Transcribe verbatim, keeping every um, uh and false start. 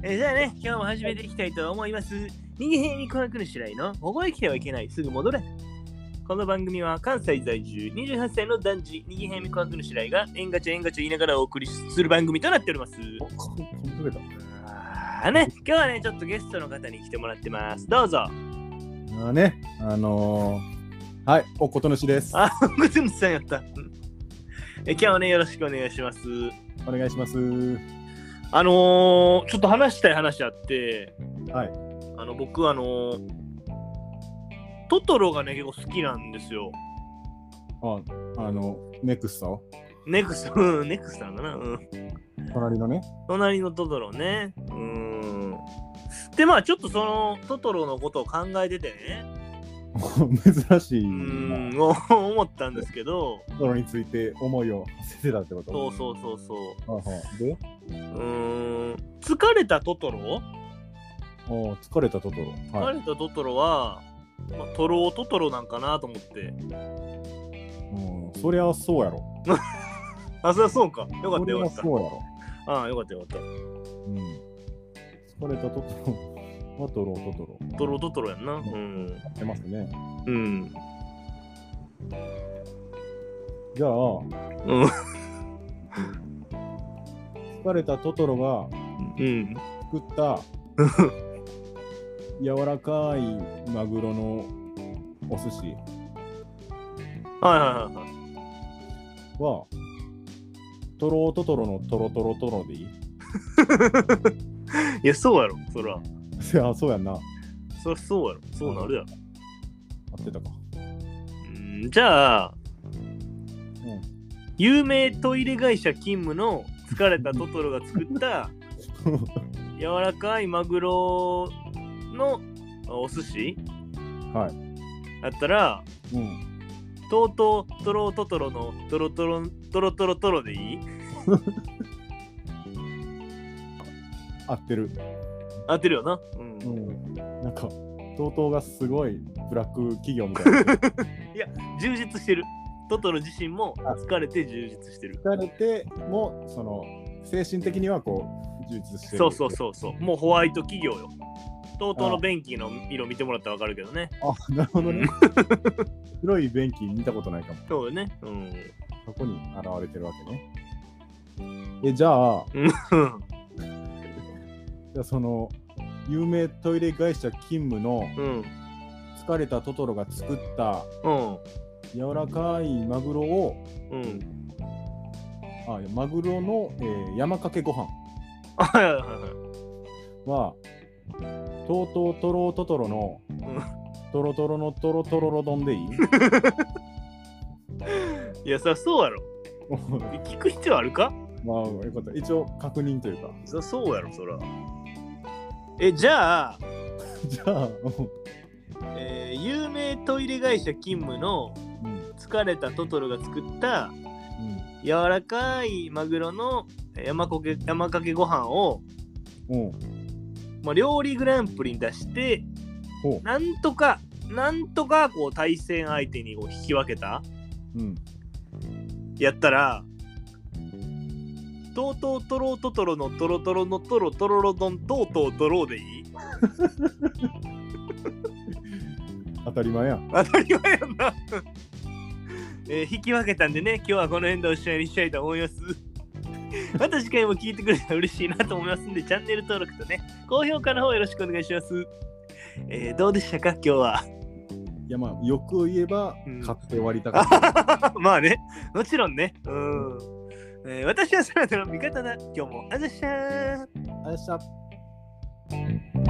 えー、じゃあね、今日も始めていきたいと思います。逃げへんに琥珀の白井のここへ来てはいけない、すぐ戻れ。この番組は関西在住にじゅうはっさいの男児、逃げへんに琥珀の白井がえんがちゃえんがちゃ言いながらお送りする番組となっております。あーね、今日はね、ちょっとゲストの方に来てもらってます。どうぞ。 あね、あのー、はい、おことぬしです。 あ、ことぬしさんやった。え今日はね、よろしくお願いします。 お願いします。 あのー、ちょっと話したい話あって、 はい。 あの、僕、あのー、トトロがね、結構好きなんですよ。 あ、あの、ネクストネクスト、うん、ネクストなんかな、うん。 隣のね。 隣のトトロね。うーん。で、まあ、ちょっとそのトトロのことを考えててね。 珍しい。 うーん、思ったんですけど。 トトロについて思いを馳せてたってことそうそうそうそう。 ははでうーん、疲れたトトロお疲れたトトロ。 疲れたトトロは、まあ、トロトトロなんかなと思って。 うん、そりゃそうやろ。 あ、そりゃそうか。よかったよかった。 そうやろ。 ああ、よかったよかった。 うん。疲れたトトロ。トトロトトロ。 トロトトロやんな。うん。 やってますね。 うん。 じゃあ、 うん。 疲れたトトロがうん作った柔らかいマグロのお寿司はいはいはいはい。 はトロトトロのトロトロトロでいい？ いや、そうやろ、そら。 いや、そうやんな。 そらそうやろ、そうなるやろ。 合ってたか。 うん、じゃあ、 うん、 有名トイレ会社勤務の疲れたトトロが作った柔らかいマグロのお寿司はい。 だったら、 うん。 とうとうトロトトロのトロトロトロトロトロでいい？ 合ってる。 合ってるよな。うん。 うん。なんか、とうとうがすごいブラック企業みたいな。 いや、充実してる。トトロ自身も疲れて充実してる。 疲れても、その、精神的にはこう、充実してる。 そうそうそうそう。もうホワイト企業よ。とうとうの便器の色見てもらったらわかるけどね。 あ、なるほどね。黒い便器見たことないかも。 そうよね。うん。 そこに現れてるわけね。え、じゃあ、じゃあその、有名トイレ会社勤務の疲れたトトロが作った柔らかいマグロを、 うん、 あ、マグロの、えー、山かけご飯は、とうとうとろトトロのトロトロのトロトロロ丼でいい？ いや、さ、そうやろ。聞く必要あるか？ まあ、よかった。一応確認というか。 そそうやろ、そら。え、じゃあ、 じゃあ、 えー、有名トイレ会社勤務の疲れたトトロが作った、うん、柔らかいマグロの山かけ、山かけご飯を、うんまあ、料理グランプリに出してなんとかなんとかこう対戦相手にこう引き分けた、うん、やったらとうとうトロトトロのトロトロのトロトロロ丼とうとうトロでいい？ 当たり前やん。 当たり前やんな、えー、引き分けたんでね、今日はこの辺でおしまいにしたいと思います。また次回も聞いてくれたら嬉しいなと思いますんで、チャンネル登録とね、高評価の方よろしくお願いします。えー、どうでしたか今日は？ いやまあ、よく言えば、うん、買って終わりたかった。 まあね、もちろんね。うん、えー、私はそなたの味方だ。今日もあざっしゃー。 あざっしゃ。